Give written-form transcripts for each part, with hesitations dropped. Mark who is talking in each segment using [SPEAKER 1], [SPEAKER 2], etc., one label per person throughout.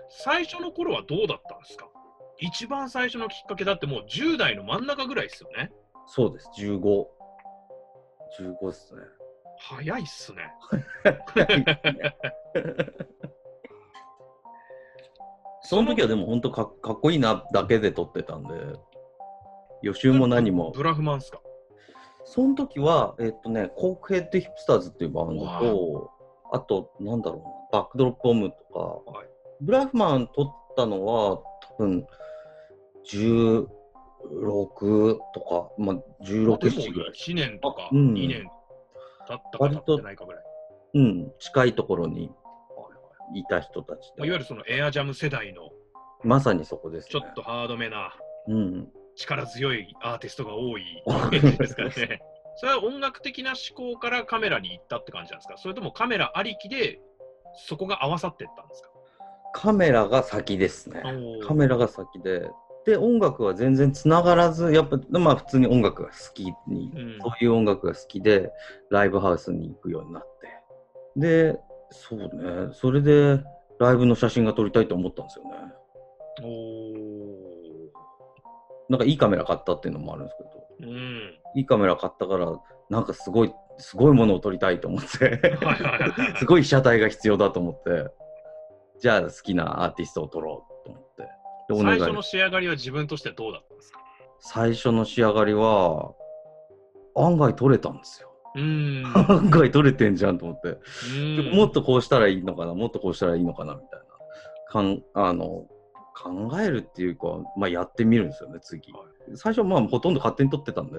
[SPEAKER 1] 最初の頃はどうだったんですか？一番最初のきっかけだってもう10代の真ん中ぐらいですよね。
[SPEAKER 2] そうです、15ですね。
[SPEAKER 1] 早いっすね。
[SPEAKER 2] その時はでも本当かっこいいなだけで撮ってたんで、予習も何も。
[SPEAKER 1] ブラフマンっすか？
[SPEAKER 2] その時は、コークヘッドヒップスターズっていうバンド
[SPEAKER 1] うわ
[SPEAKER 2] と、あと、なんだろうな、バックドロップボムとか、
[SPEAKER 1] はい、
[SPEAKER 2] ブラフマン撮ったのは、多分、16とか、まあ、16、
[SPEAKER 1] でも
[SPEAKER 2] 7ぐらい。
[SPEAKER 1] 1年とか
[SPEAKER 2] うん、
[SPEAKER 1] 2年経ったか経っ
[SPEAKER 2] 割と
[SPEAKER 1] てないかぐらい。
[SPEAKER 2] うん、近いところに
[SPEAKER 1] はいはい
[SPEAKER 2] いた人たちで。
[SPEAKER 1] いわゆるそのエアジャム世代の
[SPEAKER 2] まさにそこですね。
[SPEAKER 1] ちょっとハードめな
[SPEAKER 2] うん。
[SPEAKER 1] 力強いアーティストが多いイメージですかね。それは音楽的な思考からカメラに行ったって感じなんですか？それともカメラありきでそこが合わさっていったんですか？
[SPEAKER 2] カメラが先ですね。
[SPEAKER 1] おー
[SPEAKER 2] カメラが先で。で、音楽は全然つながらず、やっぱ、まあ普通に音楽が好きに、
[SPEAKER 1] うん
[SPEAKER 2] そういう音楽が好きで、ライブハウスに行くようになって。で、そうね、それでライブの写真が撮りたいと思ったんですよね。
[SPEAKER 1] おー
[SPEAKER 2] なんかいいカメラ買ったっていうのもあるんですけど、
[SPEAKER 1] うん
[SPEAKER 2] いいカメラ買ったから、なんかすごいものを撮りたいと思って
[SPEAKER 1] はいはいはいはい
[SPEAKER 2] すごい被写体が必要だと思って、じゃあ好きなアーティストを撮ろうと思って。で、お願い。
[SPEAKER 1] 最初の仕上がりは自分としてはどうだったんですか？
[SPEAKER 2] 最初の仕上がりは、案外撮れたんですよ。案外撮れてんじゃんと思って。もっとこうしたらいいのかな、もっとこうしたらいいのかなみたいな。考えるっていうか、まあやってみるんですよね、次。
[SPEAKER 1] はい
[SPEAKER 2] 最初まあほとんど勝手に撮ってたんで。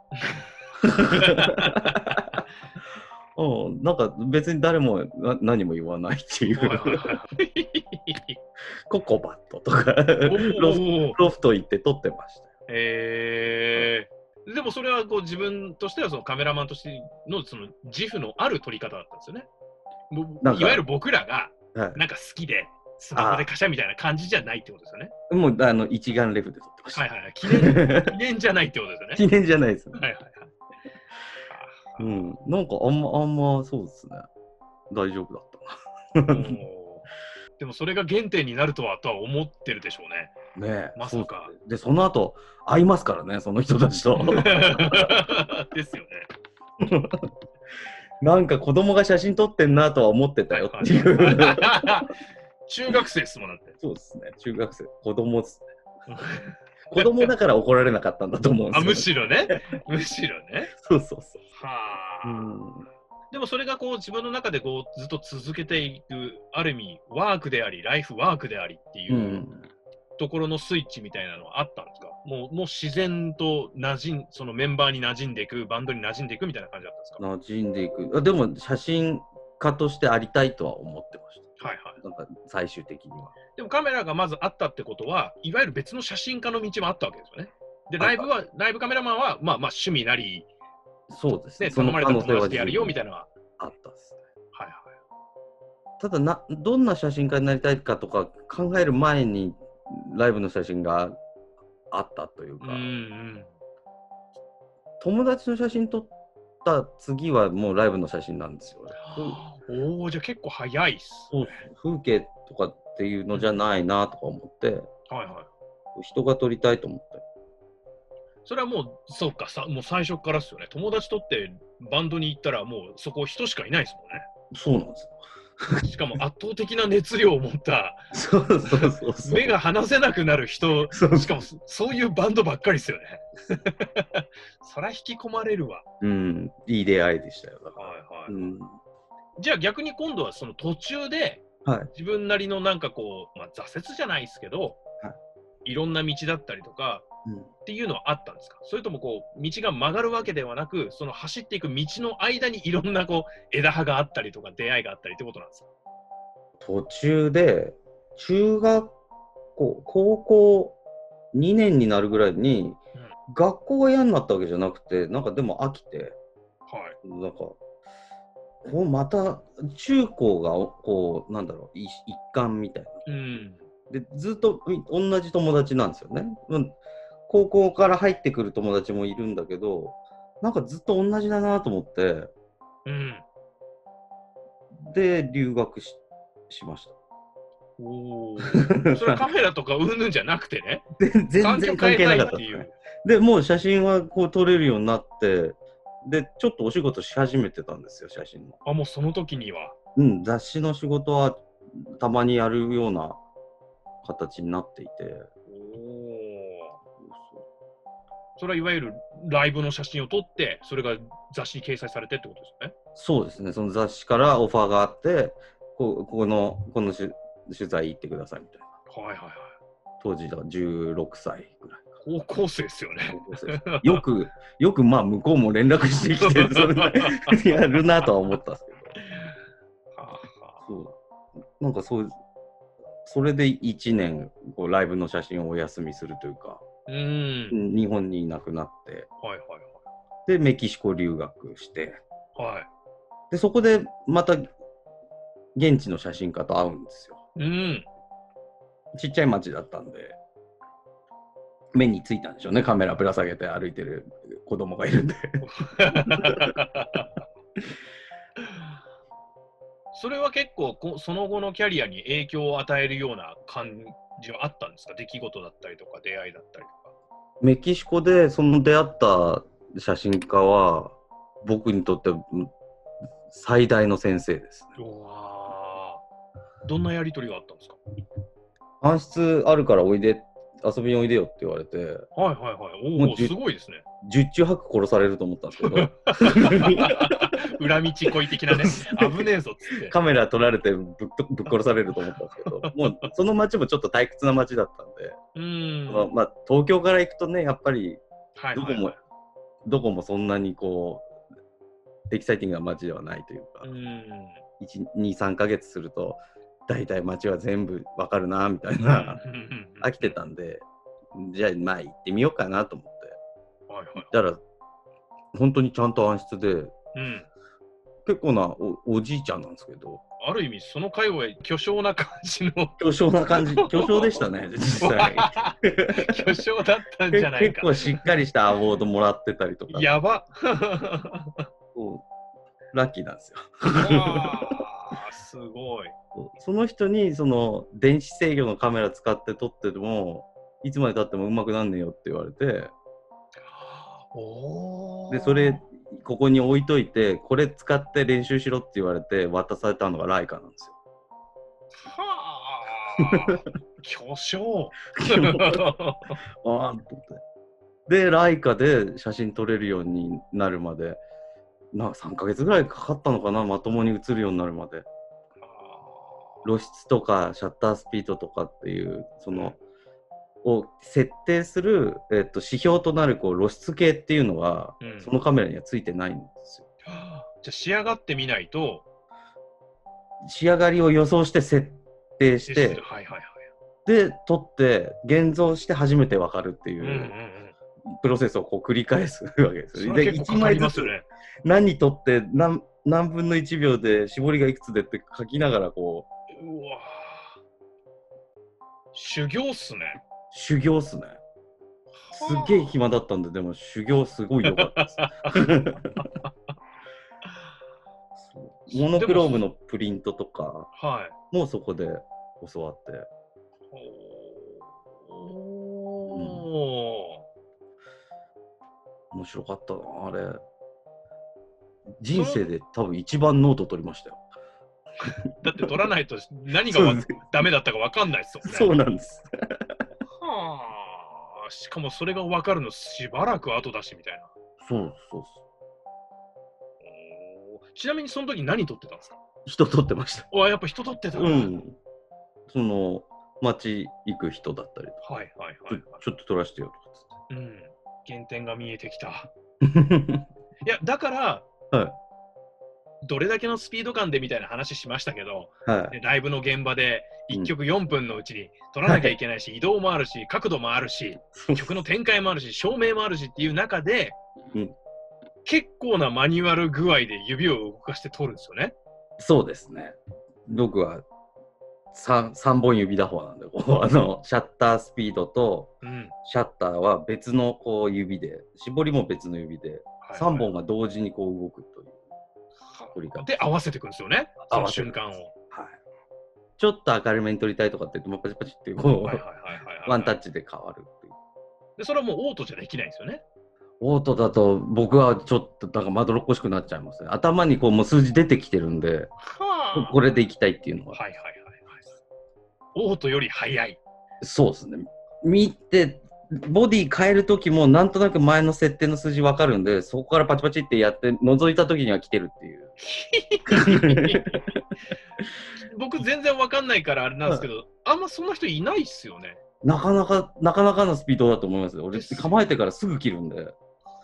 [SPEAKER 2] うん、なんか別に誰も何も言わないっていう
[SPEAKER 1] はいはいはい
[SPEAKER 2] ココバットとか
[SPEAKER 1] お
[SPEAKER 2] ロフト行って撮ってましたよ。
[SPEAKER 1] でもそれはこう自分としてはそのカメラマンとしてのその自負のある撮り方だったんですよね。
[SPEAKER 2] なんか
[SPEAKER 1] いわゆる僕らが
[SPEAKER 2] はい
[SPEAKER 1] なんか好きでスマホでカシャみたいな感じじゃないってことですよね。
[SPEAKER 2] もう一眼レフで撮ってました。
[SPEAKER 1] はいはいはい。記念じゃないってことですよね。
[SPEAKER 2] 記念じゃないです。
[SPEAKER 1] はいはいはい。
[SPEAKER 2] うん、なんかあんまそうですね。大丈夫だったな。
[SPEAKER 1] でもそれが原点になるとは思ってるでしょうね。
[SPEAKER 2] ねえ、
[SPEAKER 1] まさか。
[SPEAKER 2] で、その後、会いますからね、その人たちと。
[SPEAKER 1] ですよね。
[SPEAKER 2] なんか子供が写真撮ってんなとは思ってたよっていう。
[SPEAKER 1] 中学生ですもんだって。
[SPEAKER 2] そうですね、中学生、子供ですね。子供だから怒られなかったんだと思うんですよ、ね。
[SPEAKER 1] むしろね。むしろね。
[SPEAKER 2] そうそうそう。
[SPEAKER 1] はあ。でもそれがこう自分の中でこうずっと続けていく、ある意味ワークであり、ライフワークでありっていうところのスイッチみたいなのはあったんですか？もう自然とそのメンバーに馴染んでいく、バンドに馴染んでいくみたいな感じだったんですか？
[SPEAKER 2] 馴染んでいく。でも写真家としてありたいとは思ってました。
[SPEAKER 1] はいはい。
[SPEAKER 2] なんか最終的には。
[SPEAKER 1] でもカメラがまずあったってことは、いわゆる別の写真家の道もあったわけですよね。で、ライブカメラマンは、まあ趣味なり、
[SPEAKER 2] そうですね。
[SPEAKER 1] 頼まれたら友達でやるよみたいなのは
[SPEAKER 2] あったですね。
[SPEAKER 1] はいはい。
[SPEAKER 2] ただどんな写真家になりたいかとか考える前にライブの写真があったというか、友達の写真撮った次はもうライブの写真なんですよ。
[SPEAKER 1] おお、じゃあ結構早いっす、
[SPEAKER 2] そう風景とかっていうのじゃないなとか思って、
[SPEAKER 1] はいはい。
[SPEAKER 2] 人が撮りたいと思って。
[SPEAKER 1] それはもう、そうか、もう最初からですよね。友達とってバンドに行ったらもうそこ人しかいないですもんね。
[SPEAKER 2] そうなんですよ。
[SPEAKER 1] しかも圧倒的な熱量を持った
[SPEAKER 2] そう
[SPEAKER 1] 目が離せなくなる人、しかもそういうバンドばっかりですよね。そりゃ引き込まれるわ。
[SPEAKER 2] うん、いい出会いでしたよ。だから。
[SPEAKER 1] はいはい。じゃあ逆に今度はその途中で自分なりのなんかこう、まあ、挫折じゃないですけど、いろんな道だったりとかっていうのはあったんですか？それともこう道が曲がるわけではなく、その走っていく道の間にいろんなこう枝葉があったりとか出会いがあったりってことなんですか？
[SPEAKER 2] 途中で中学校高校2年になるぐらいに、学校が嫌になったわけじゃなくて、なんかでも飽きて、なんかこうまた中高がこうなんだろう一貫みたいな、でずっと同じ友達なんですよね。高校から入ってくる友達もいるんだけど、なんかずっと同じだなと思って、で留学しました。
[SPEAKER 1] おそれはカメラとかうんぬんじゃなくてね。
[SPEAKER 2] 全然関係なかったですね。で、もう写真はこう撮れるようになって、で、ちょっとお仕事し始めてたんですよ、写真の。
[SPEAKER 1] あ、もうその時には。
[SPEAKER 2] うん、雑誌の仕事はたまにやるような形になっていて。
[SPEAKER 1] それはいわゆるライブの写真を撮って、それが雑誌に掲載されてってことですよね。
[SPEAKER 2] そうですね、その雑誌からオファーがあって、この取材行ってくださいみたいな。
[SPEAKER 1] はいはいはい。
[SPEAKER 2] 当時だ16歳ぐらい。
[SPEAKER 1] 高校生ですよね。
[SPEAKER 2] よくまあ向こうも連絡してきて、それやるなとは思ったんですけど。そうなんかそれで1年こうライブの写真をお休みするというか、日本にいなくなって、
[SPEAKER 1] はいはいはい、
[SPEAKER 2] でメキシコ留学して、
[SPEAKER 1] はい、
[SPEAKER 2] でそこでまた現地の写真家と会うんですよ。ちっちゃい町だったんで目についたんでしょうね、カメラぶら下げて歩いてる子供がいるんで
[SPEAKER 1] それは結構その後のキャリアに影響を与えるような感じはあったんですか？出来事だったりとか出会いだったりとか。
[SPEAKER 2] メキシコでその出会った写真家は僕にとって最大の先生ですね。
[SPEAKER 1] どんなやり取りがあったんですか？
[SPEAKER 2] 暗室あるから遊びにおいでよって言われて、はい
[SPEAKER 1] はいはい、おお、すごいですね。
[SPEAKER 2] 十中八九殺されると思ったんですけど
[SPEAKER 1] 裏道恋的なね、危ねえぞっつって
[SPEAKER 2] カメラ撮られてぶっ殺されると思ったんですけどもうその街もちょっと退屈な街だったんでまあ、東京から行くとねやっぱりどこもそんなにこうエキサイティングな街ではないというか、2、3ヶ月すると大体街は全部わかるなみたいな飽きてたんで、じゃあまあ行ってみようかなと思って、行ったら本当にちゃんと暗室で、結構な おじいちゃんなんですけど、
[SPEAKER 1] ある意味その界隈巨匠な感じの
[SPEAKER 2] 巨匠でしたね実際
[SPEAKER 1] 巨匠だったんじゃないか。
[SPEAKER 2] 結構しっかりしたアワードもらってたりとか、
[SPEAKER 1] やば
[SPEAKER 2] ラッキーなんですよ
[SPEAKER 1] すごい。
[SPEAKER 2] その人にその電子制御のカメラ使って撮っててもいつまでたってもうまくなんねえよって言われて、でそれここに置いといてこれ使って練習しろって言われて渡されたのがライカなんですよ。
[SPEAKER 1] はあ巨匠
[SPEAKER 2] でライカで写真撮れるようになるまで3ヶ月ぐらいかかったのかな、まともに写るようになるまで。露出とかシャッタースピードとかっていうそのを設定する、指標となるこう露出系っていうのは、そのカメラにはついてないんですよ。
[SPEAKER 1] じゃあ仕上がってみないと、
[SPEAKER 2] 仕上がりを予想して設定して、で撮って現像して初めて分かるっていうプロセスをこう繰り返すわけですよ。で1枚ずつ何撮って何分の1秒で絞りがいくつでって書きながらこう。
[SPEAKER 1] うわ修行っすね。
[SPEAKER 2] 修行っすね。すっげえ暇だったんで、でも修行すごい良かったです。モノクロームのプリントとかもそこで教わって。面白かったな、あれ。人生で多分一番ノート取りましたよ。
[SPEAKER 1] だって取らないと何がダメだったか分かんないですよね。
[SPEAKER 2] そうなんです。
[SPEAKER 1] はあ。しかもそれが分かるのしばらく後だしみたいな。
[SPEAKER 2] そう。
[SPEAKER 1] ちなみにその時何撮ってたんですか？
[SPEAKER 2] 人撮ってました。
[SPEAKER 1] やっぱ人撮ってた。
[SPEAKER 2] その街行く人だったりとか。ちょっと撮らせてよとかつって。
[SPEAKER 1] 原点が見えてきた。いやだから。どれだけのスピード感でみたいな話しましたけど、ライブの現場で1曲4分のうちに撮らなきゃいけないし、移動もあるし角度もあるし曲の展開もあるし照明もあるしっていう中で、結構なマニュアル具合で指を動かして撮るんですよね。
[SPEAKER 2] そうですね。僕は3本指打法なんで、シャッタースピードとシャッターは別のこう指で、絞りも別の指で3本が同時にこう動くという。
[SPEAKER 1] で合わせていくんですよね、その瞬間を。
[SPEAKER 2] ちょっと明るめに撮りたいとかって言ってもパチパチってこうワンタッチで変わるっていう。
[SPEAKER 1] でそれはもうオートじゃできないんですよね。
[SPEAKER 2] オートだと僕はちょっとなんかまどろっこしくなっちゃいますね。頭にこうもう数字出てきてるんで、これでいきたいっていうのは。
[SPEAKER 1] はいはいはいはい。オートより早い。
[SPEAKER 2] そうですね。見てボディ変えるときもなんとなく前の設定の数字分かるんで、そこからパチパチってやって覗いたときには来てるっていう。
[SPEAKER 1] 僕全然分かんないからあれなんですけど、あんまそんな人いないっすよね。
[SPEAKER 2] なかなかのスピードだと思いますよ。俺構えてからすぐ切るんで。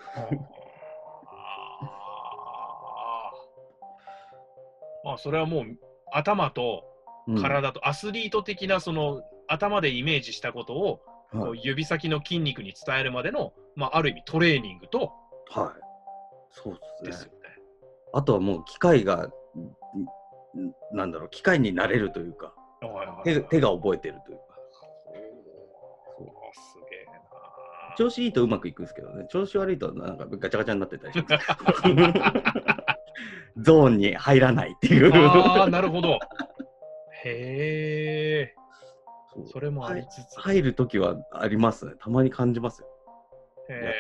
[SPEAKER 1] まあそれはもう頭と体とアスリート的なその頭でイメージしたことをこう指先の筋肉に伝えるまでの、まあ、ある意味トレーニングと、
[SPEAKER 2] はい、そうですね。
[SPEAKER 1] よね。
[SPEAKER 2] あとはもう機械がなんだろう、機械になれるというか、手が覚えてるというか。
[SPEAKER 1] すげえな。
[SPEAKER 2] 調子いいとうまくいくんですけどね、調子悪いとなんかガチャガチャになってたりします。ゾーンに入らないっていう。
[SPEAKER 1] ああ、なるほど。へえ。それもありつつ。
[SPEAKER 2] 入るときはありますね。たまに感じますよ。へえ。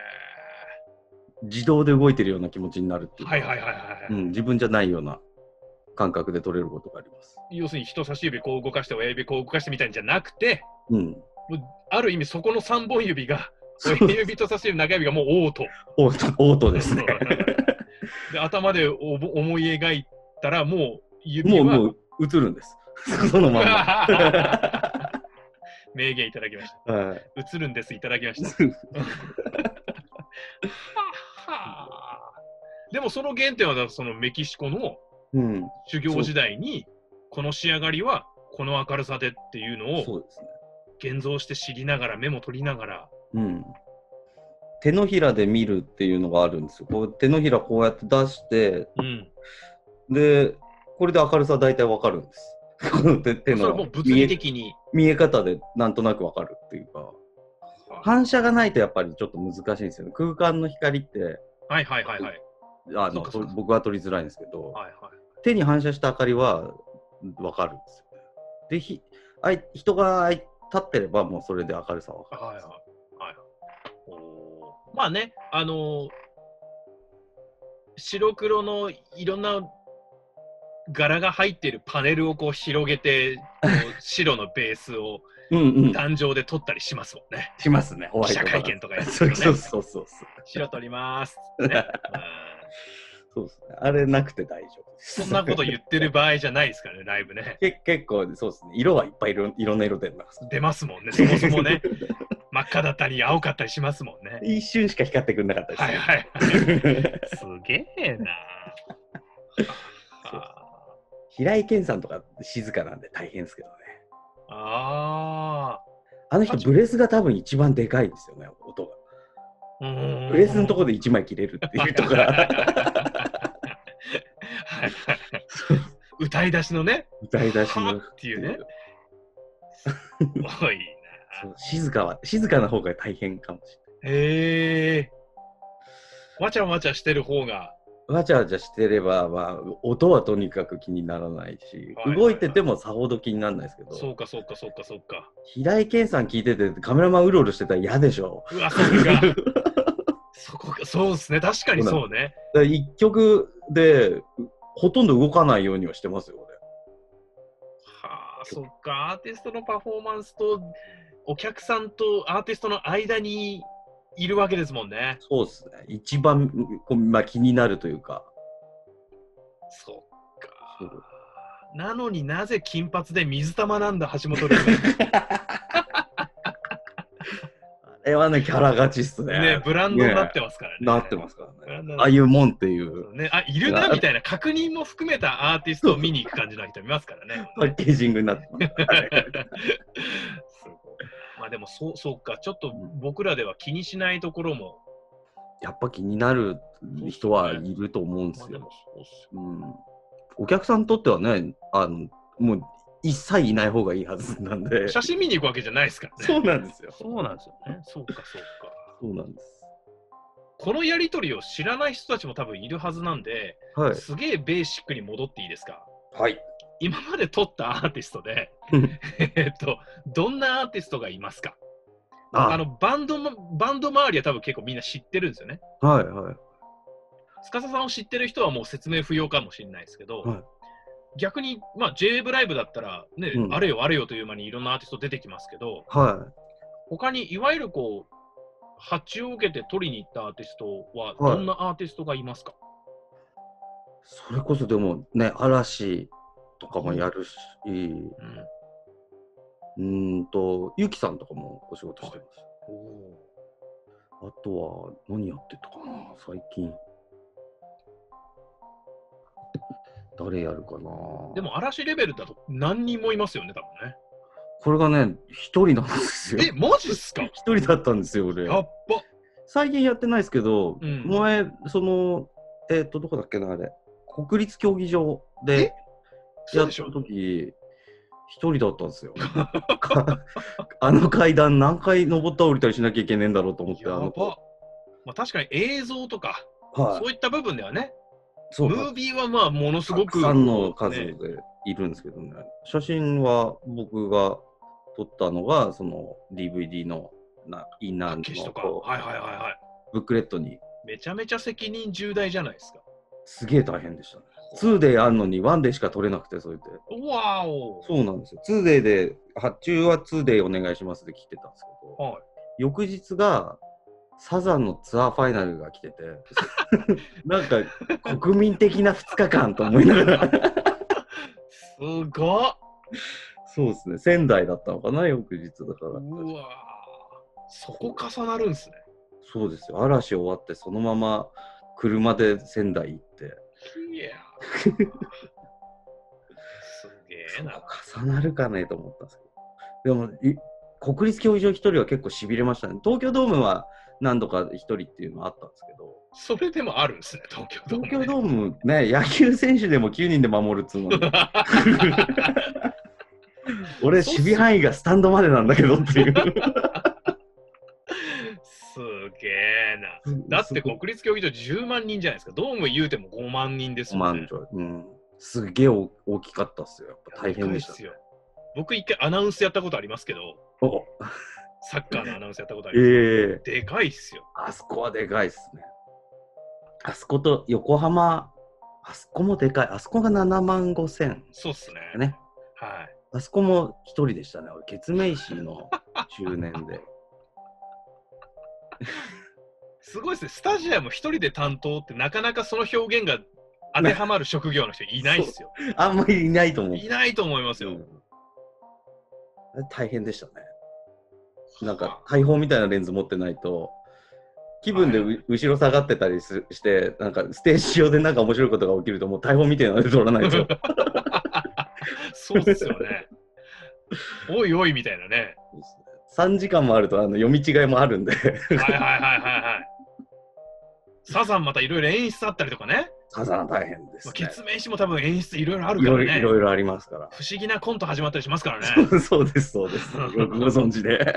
[SPEAKER 2] 自動で動いてるような気持ちになるっていうか。はいはいはいはい。自分じゃないような感覚で取れることがあります。
[SPEAKER 1] 要するに人差し指こう動かして親指こう動かしてみたいんじゃなくて、ある意味そこの3本指が親指と差し指中指がもうオート。
[SPEAKER 2] オートですね。
[SPEAKER 1] で頭で思い描いたらもう指は
[SPEAKER 2] もう映るんです。そのまま。
[SPEAKER 1] 名言いただきました。映るんです、いただきました。でもその原点はそのメキシコの修行時代にこの仕上がりはこの明るさでっていうのを現像して知りながらメモ取りながら、
[SPEAKER 2] 手のひらで見るっていうのがあるんですよ。こう手のひらこうやって出して、でこれで明るさ大体わかるんです。手の
[SPEAKER 1] それも物理的に
[SPEAKER 2] 見え方でなんとなくわかるっていうか、反射がないとやっぱりちょっと難しいんですよね。空間の光って僕は撮りづらいんですけど、手に反射した明かりはわかるんですよね。で人が立ってればもうそれで明るさはわかるんです。
[SPEAKER 1] まあね、白黒のいろんな柄が入っているパネルをこう広げて白のベースを壇上で撮ったりしますもんね。
[SPEAKER 2] しますね。
[SPEAKER 1] 記者会見とかやってるね。
[SPEAKER 2] そう。
[SPEAKER 1] 白撮ります
[SPEAKER 2] ってね。そうですね。あれなくて大丈夫です。
[SPEAKER 1] そんなこと言ってる場合じゃないですからね、ライブね。
[SPEAKER 2] 結構そうですね。色はいっぱいいろんな色出ます。
[SPEAKER 1] 出ますもんね。そもそもね。真っ赤だったり青かったりしますもんね。
[SPEAKER 2] 一瞬しか光ってくれなかったです。
[SPEAKER 1] すげえな。
[SPEAKER 2] 平井堅さんとか静かなんで大変ですけどね。あの人ブレスが多分一番でかいんですよね、音が。ブレスのところで1枚切れるっていうとか。
[SPEAKER 1] 歌い出しのね。
[SPEAKER 2] 歌い出しの
[SPEAKER 1] っていうね。すごいな。
[SPEAKER 2] 静かな方が大変かもしれない。
[SPEAKER 1] へえ。わちゃわちゃしてる方が。
[SPEAKER 2] わちゃわちゃしてれば、まあ、音はとにかく気にならないし、動いててもさほど気にならないですけど。
[SPEAKER 1] そうか。
[SPEAKER 2] 平井堅さん聞いててカメラマンうろうろしてたら嫌でしょ。
[SPEAKER 1] うわ、そこか。そうですね。確かにそうね。
[SPEAKER 2] 一曲でほとんど動かないようにはしてますよ、俺。
[SPEAKER 1] はあ、そっか。アーティストのパフォーマンスとお客さんとアーティストの間にいるわけですもんね。
[SPEAKER 2] そうですね。一番、まあ、気になるというか。
[SPEAKER 1] そっか。なのになぜ金髪で水玉なんだ、橋本龍。
[SPEAKER 2] あれはね、キャラ勝ちっすね。
[SPEAKER 1] ね、ブランドになってますからね。
[SPEAKER 2] なってますからね。ああいうもんっていう。
[SPEAKER 1] ね、いるなみたいな確認も含めたアーティストを見に行く感じの人いますからね。
[SPEAKER 2] パッケージングになってます。
[SPEAKER 1] まあでもそうか、ちょっと僕らでは気にしないところも
[SPEAKER 2] やっぱ気になる人はいると思うんですよ。お客さんにとってはね、もう一切いない方がいいはずなんで。
[SPEAKER 1] 写真見に行くわけじゃないですからね。
[SPEAKER 2] そうなんですよ。
[SPEAKER 1] そうなんですよね。そうか。
[SPEAKER 2] そうなんです。
[SPEAKER 1] このやり取りを知らない人たちも多分いるはずなんで、すげえベーシックに戻っていいですか。
[SPEAKER 2] はい。
[SPEAKER 1] 今まで撮ったアーティストでどんなアーティストがいますか？バンド周りは多分結構みんな知ってるんですよね。
[SPEAKER 2] はいはい。
[SPEAKER 1] 司さんを知ってる人はもう説明不要かもしれないですけど、はい、逆に、まあ、J-WAVE ライブだったら、ね、あれよあれよという間にいろんなアーティスト出てきますけど、
[SPEAKER 2] はい、
[SPEAKER 1] 他にいわゆるこう、発注を受けて取りに行ったアーティストは、どんなアーティストがいますか？
[SPEAKER 2] それこそでもね、嵐とかもやるし、ゆきさんとかもお仕事してます。あとは、何やってたかな、最近。誰やるかな。
[SPEAKER 1] でも、嵐レベルだと何人もいますよね、多分ね。
[SPEAKER 2] これがね、一人なんですよ。
[SPEAKER 1] マジっすか？
[SPEAKER 2] 一人だったんですよ、俺。
[SPEAKER 1] やっば。
[SPEAKER 2] 最近やってないですけど、前、どこだっけな、あれ。国立競技場でやった時、一人だったんですよ。あの階段何回登った降りたりしなきゃいけねえんだろうと思って。
[SPEAKER 1] まあ、確かに映像とか、そういった部分ではね、ムービーはまあものすごく
[SPEAKER 2] たくさんの数でいるんですけどね。写真は僕が撮ったのが、その DVD のインナーのブックレットに。
[SPEAKER 1] めちゃめちゃ責任重大じゃないですか。
[SPEAKER 2] すげえ大変でしたね。2day あんのに1day しか撮れなくて、それで。
[SPEAKER 1] わお。
[SPEAKER 2] そうなんですよ。2day で、発注は 2day お願いしますって来てたんですけど、翌日がサザンのツアーファイナルが来てて、なんか国民的な2日間と思いながら。
[SPEAKER 1] すごっ。
[SPEAKER 2] そうですね。仙台だったのかな、翌日だから。
[SPEAKER 1] うわそこ重なるんすね。
[SPEAKER 2] そうですよ。嵐終わってそのまま車で仙台行って。
[SPEAKER 1] いやすげえな。
[SPEAKER 2] 重なるかねと思ったんですけど。でも、国立競技場一人は結構しびれましたね。東京ドームは何度か一人っていうのはあったんですけど。
[SPEAKER 1] それでもあるんですね、東京ドーム、ね。
[SPEAKER 2] 東京ドームね、野球選手でも9人で守るっつうのに。俺、守備範囲がスタンドまでなんだけどっていう。
[SPEAKER 1] すげえな。だって国立競技場10万人じゃないですか。ドーム言うても5万人ですもんね。
[SPEAKER 2] すげえ大きかったっすよ。やっぱ大変でした、ね。
[SPEAKER 1] 僕一回アナウンスやったことありますけど、サッカーのアナウンスやったことありますけど、でかいっすよ。
[SPEAKER 2] あそこはでかいっすね。あそこと横浜、あそこもでかい。あそこが7万5千。
[SPEAKER 1] そうっすね。はい。
[SPEAKER 2] あそこも一人でしたね。俺、ケツメイシの中年で。
[SPEAKER 1] すごいですね。スタジアム一人で担当ってなかなかその表現が当てはまる職業の人いないですよ。
[SPEAKER 2] あんまりいないと思う。
[SPEAKER 1] いないと思いますよ。
[SPEAKER 2] 大変でしたね。なんか大砲みたいなレンズ持ってないと気分で後ろ下がってたりして、なんかステージ上でなんか面白いことが起きるともう大砲みたいなので撮らないと。
[SPEAKER 1] そうですよね。おいおいみたいなね。
[SPEAKER 2] 3時間もあると読み違いもあるんで。はい
[SPEAKER 1] はいはい。サザンまたいろいろ演出あったりとかね。
[SPEAKER 2] サザン大変です、ね。
[SPEAKER 1] ケツメイシも多分演出いろいろあるからね。
[SPEAKER 2] いろいろありますから。
[SPEAKER 1] 不思議なコント始まったりしますからね。
[SPEAKER 2] そうです。よくご存知で。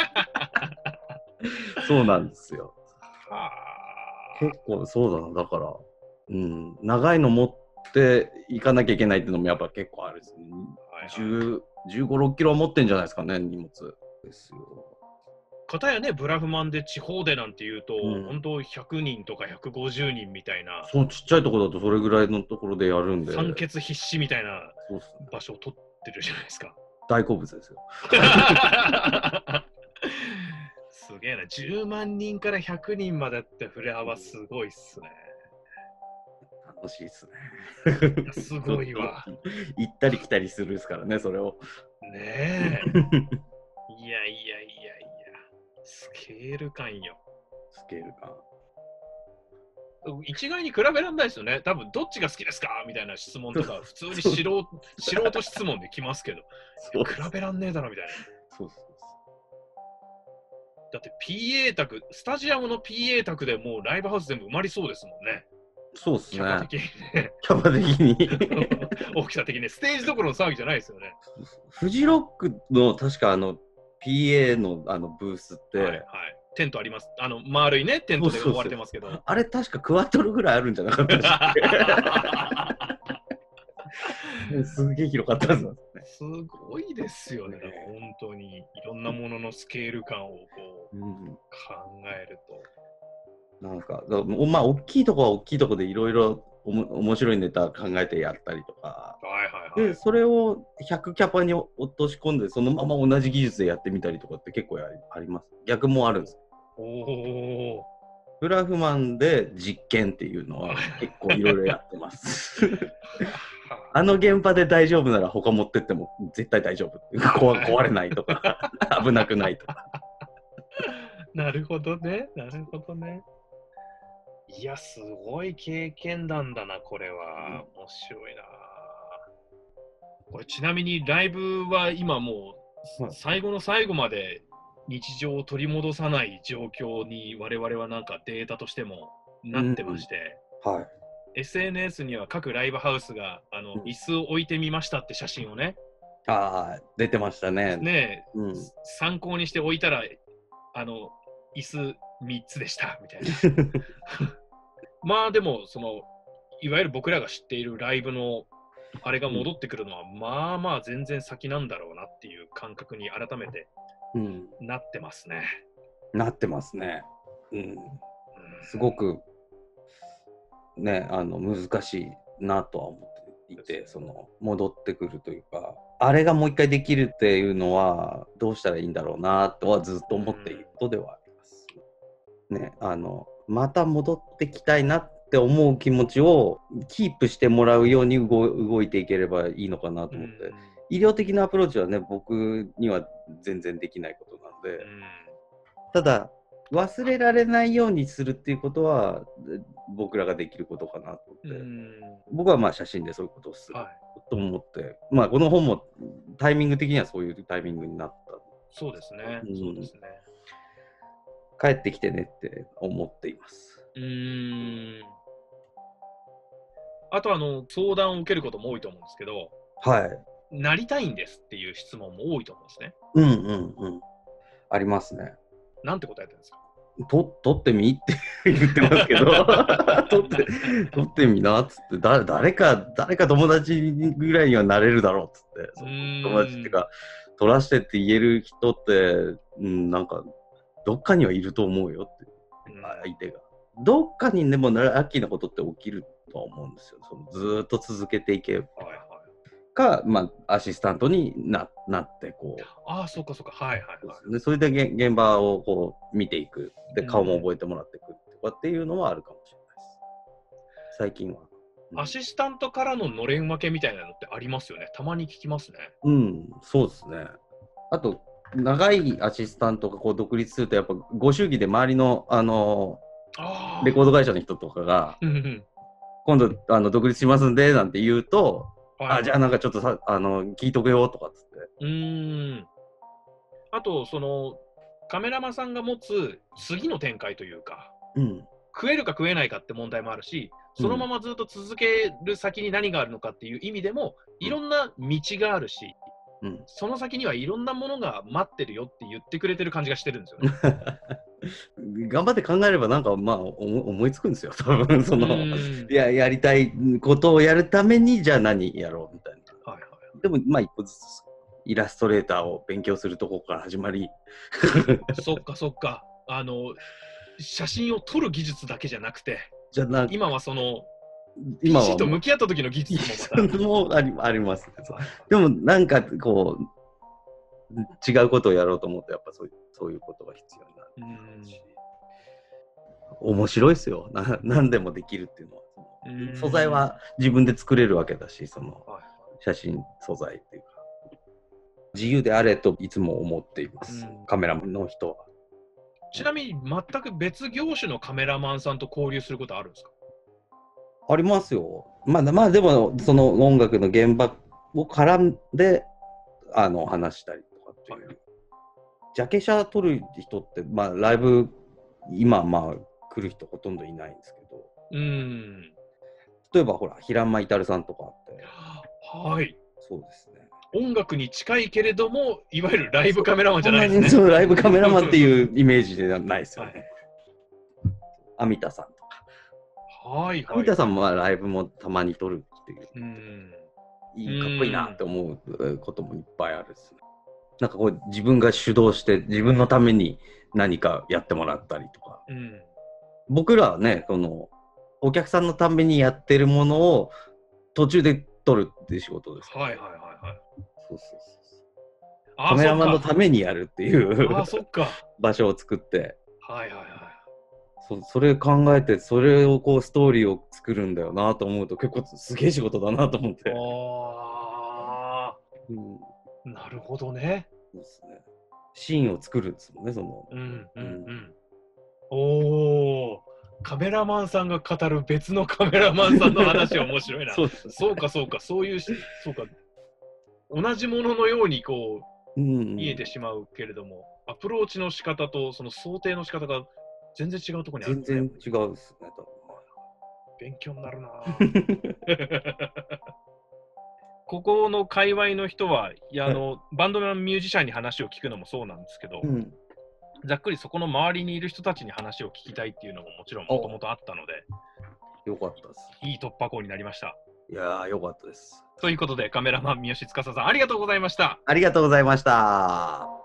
[SPEAKER 2] そうなんですよ。結構そうだな。だから、長いの持っていかなきゃいけないっていうのもやっぱ結構あるですね。15、6キロ持ってんじゃないですかね、荷物ですよ。
[SPEAKER 1] かたやね、ブラフマンで地方でなんていうと、本当100人とか150人みたいな。
[SPEAKER 2] そう、ちっちゃいところだとそれぐらいのところでやるんで。
[SPEAKER 1] 酸欠必至みたいな場所を取ってるじゃないですか。
[SPEAKER 2] 大好物ですよ。
[SPEAKER 1] すげえな。10万人から100人までってフレアはすごいっすね。
[SPEAKER 2] 楽しいっすね。
[SPEAKER 1] すごいわ。
[SPEAKER 2] 行ったり来たりするですからね、それを。
[SPEAKER 1] ねえ。いや。スケール感よ。
[SPEAKER 2] スケール感。
[SPEAKER 1] 一概に比べられないですよね。多分どっちが好きですかみたいな質問とか、普通に素人質問で来ますけど、比べらんねえだろみたいな。そう。だって PA 卓、スタジアムの PA 卓でもうライブハウス全部埋まりそうですもんね。
[SPEAKER 2] そうっすね。
[SPEAKER 1] キャパ的にね。
[SPEAKER 2] キャパ的に。
[SPEAKER 1] 大きさ的に。ステージどころの騒ぎじゃないですよね。
[SPEAKER 2] フジロックの確かPA のブースって、はい
[SPEAKER 1] テントあります。丸いね、テントで覆われてますけど。
[SPEAKER 2] あれ確かクワトロぐらいあるんじゃなかったでしたっけ？ すげえ広かったですね。
[SPEAKER 1] すごいですよね、本当に。いろんなもののスケール感をこう、考えると。
[SPEAKER 2] なんか、まあ、大きいとこは大きいとこでいろいろ面白いネタ考えてやったりとか、で、それを100キャパに落とし込んで、そのまま同じ技術でやってみたりとかって結構あります。逆もあるんです。ブラフマンで実験っていうのは結構いろいろやってます。あの現場で大丈夫なら他持ってっても絶対大丈夫。壊れないとか、危なくないとか。
[SPEAKER 1] なるほどね、なるほどね。いや、すごい経験談だな、これは。面白いな。これ、ちなみにライブは今もう、最後の最後まで日常を取り戻さない状況に我々はなんかデータとしてもなってまして、
[SPEAKER 2] はい、
[SPEAKER 1] SNS には各ライブハウスが椅子を置いてみましたって写真をね、
[SPEAKER 2] 出てましたね。
[SPEAKER 1] 参考にして置いたら椅子3つでしたみたいな。まあでもいわゆる僕らが知っているライブのあれが戻ってくるのは、まあまあ全然先なんだろうなっていう感覚に改めてなってますね。
[SPEAKER 2] なってますね。すごくね、難しいなとは思っていて、戻ってくるというか、あれがもう一回できるっていうのはどうしたらいいんだろうなとはずっと思っていることではあります。ね、また戻ってきたいなって思う気持ちをキープしてもらうように動いていければいいのかなと思って、医療的なアプローチはね、僕には全然できないことなので、ただ忘れられないようにするっていうことは僕らができることかなと思って、僕はまあ写真でそういうことをすると思って、まあこの本もタイミング的にはそういうタイミングになった。
[SPEAKER 1] そうですね、そうですね。
[SPEAKER 2] 帰ってきてねって思っています。
[SPEAKER 1] あと相談を受けることも多いと思うんですけど、なりたいんですっていう質問も多いと思うんですね。
[SPEAKER 2] ありますね。
[SPEAKER 1] なんて答えてるんですか？
[SPEAKER 2] 撮ってみって言ってますけど撮ってみなっつって、誰か友達ぐらいにはなれるだろうっつって、友達っていうか撮らしてって言える人って、なんかどっかにはいると思うよって、相手がどっかにでもラッキーなことって起きるとは思うんですよ。ずーっと続けていけば、か、まあ、アシスタントになってこう、
[SPEAKER 1] そうかそうか、はいはいはい。
[SPEAKER 2] でそれで現場をこう見ていく、で顔も覚えてもらっていくとかっていうのはあるかもしれないです、最近は。
[SPEAKER 1] アシスタントからののれん分けみたいなのってありますよね。たまに聞きますね。
[SPEAKER 2] そうですね。あと長いアシスタントがこう独立すると、やっぱご祝儀で周りのレコード会社の人とかが今度独立しますんでなんて言うと、じゃあなんかちょっと聞いとくよとかっつって。
[SPEAKER 1] あとカメラマンさんが持つ次の展開というか、食えるか食えないかって問題もあるし、そのままずっと続ける先に何があるのかっていう意味でも、いろんな道があるし、その先にはいろんなものが待ってるよって言ってくれてる感じがしてるんですよね。
[SPEAKER 2] 頑張って考えればなんかまあ思いつくんですよ、多分やりたいことをやるためにじゃあ何やろうみたいな。でもまあ一歩ずつイラストレーターを勉強するところから始まり
[SPEAKER 1] そっかそっか、写真を撮る技術だけじゃなくて、今はPC と向き合った時の技術
[SPEAKER 2] もあります、ね。でもなんかこう違うことをやろうと思って、やっぱそういうことが必要になるし、面白いですよ。何でもできるっていうのは。素材は自分で作れるわけだし、写真素材っていうか自由であれといつも思っています、カメラマンの人は。
[SPEAKER 1] ちなみに全く別業種のカメラマンさんと交流することあるんですか？
[SPEAKER 2] ありますよ。まあでもその音楽の現場を絡んで話したりとかっていう、ジャケ写撮る人ってまあライブ今まあ来る人ほとんどいないんですけど、例えばほら平間至さんとかあって、そうですね、
[SPEAKER 1] 音楽に近いけれどもいわゆるライブカメラマンじゃないですね。
[SPEAKER 2] そうライブカメラマンっていうイメージではないですよね。アミタさんとか、アミタさんもライブもたまに撮るっていう。 かっこいいなって思うこともいっぱいあるですね。なんかこう自分が主導して自分のために何かやってもらったりとか、僕らはね、このお客さんのためにやってるものを途中で撮るっていう仕事ですから。はいはいはいはい。そうそうそう。カメラマンのためにやるっていう場所を作って。はいはいはい。それ考えて、それをこうストーリーを作るんだよなと思うと結構すげえ仕事だなと思って。
[SPEAKER 1] ああ、なるほどね。
[SPEAKER 2] そうですね。シーンを作るんですもんね、その。
[SPEAKER 1] おお、カメラマンさんが語る別のカメラマンさんの話は面白いな。そうかそうか、そういう、そうか。同じもののようにこう、見えてしまうけれども、アプローチの仕方とその想定の仕方が全然違うところにある、ね。
[SPEAKER 2] 全然違うですね、多分。
[SPEAKER 1] 勉強になるなここの界隈の人は、バンドのミュージシャンに話を聞くのもそうなんですけど、ざっくりそこの周りにいる人たちに話を聞きたいっていうのももちろんもともとあったので、
[SPEAKER 2] よかったです。
[SPEAKER 1] いい突破口になりました。
[SPEAKER 2] いやー、よかったです。
[SPEAKER 1] ということで、カメラマン三好司さん、ありがとうございました。
[SPEAKER 2] ありがとうございました。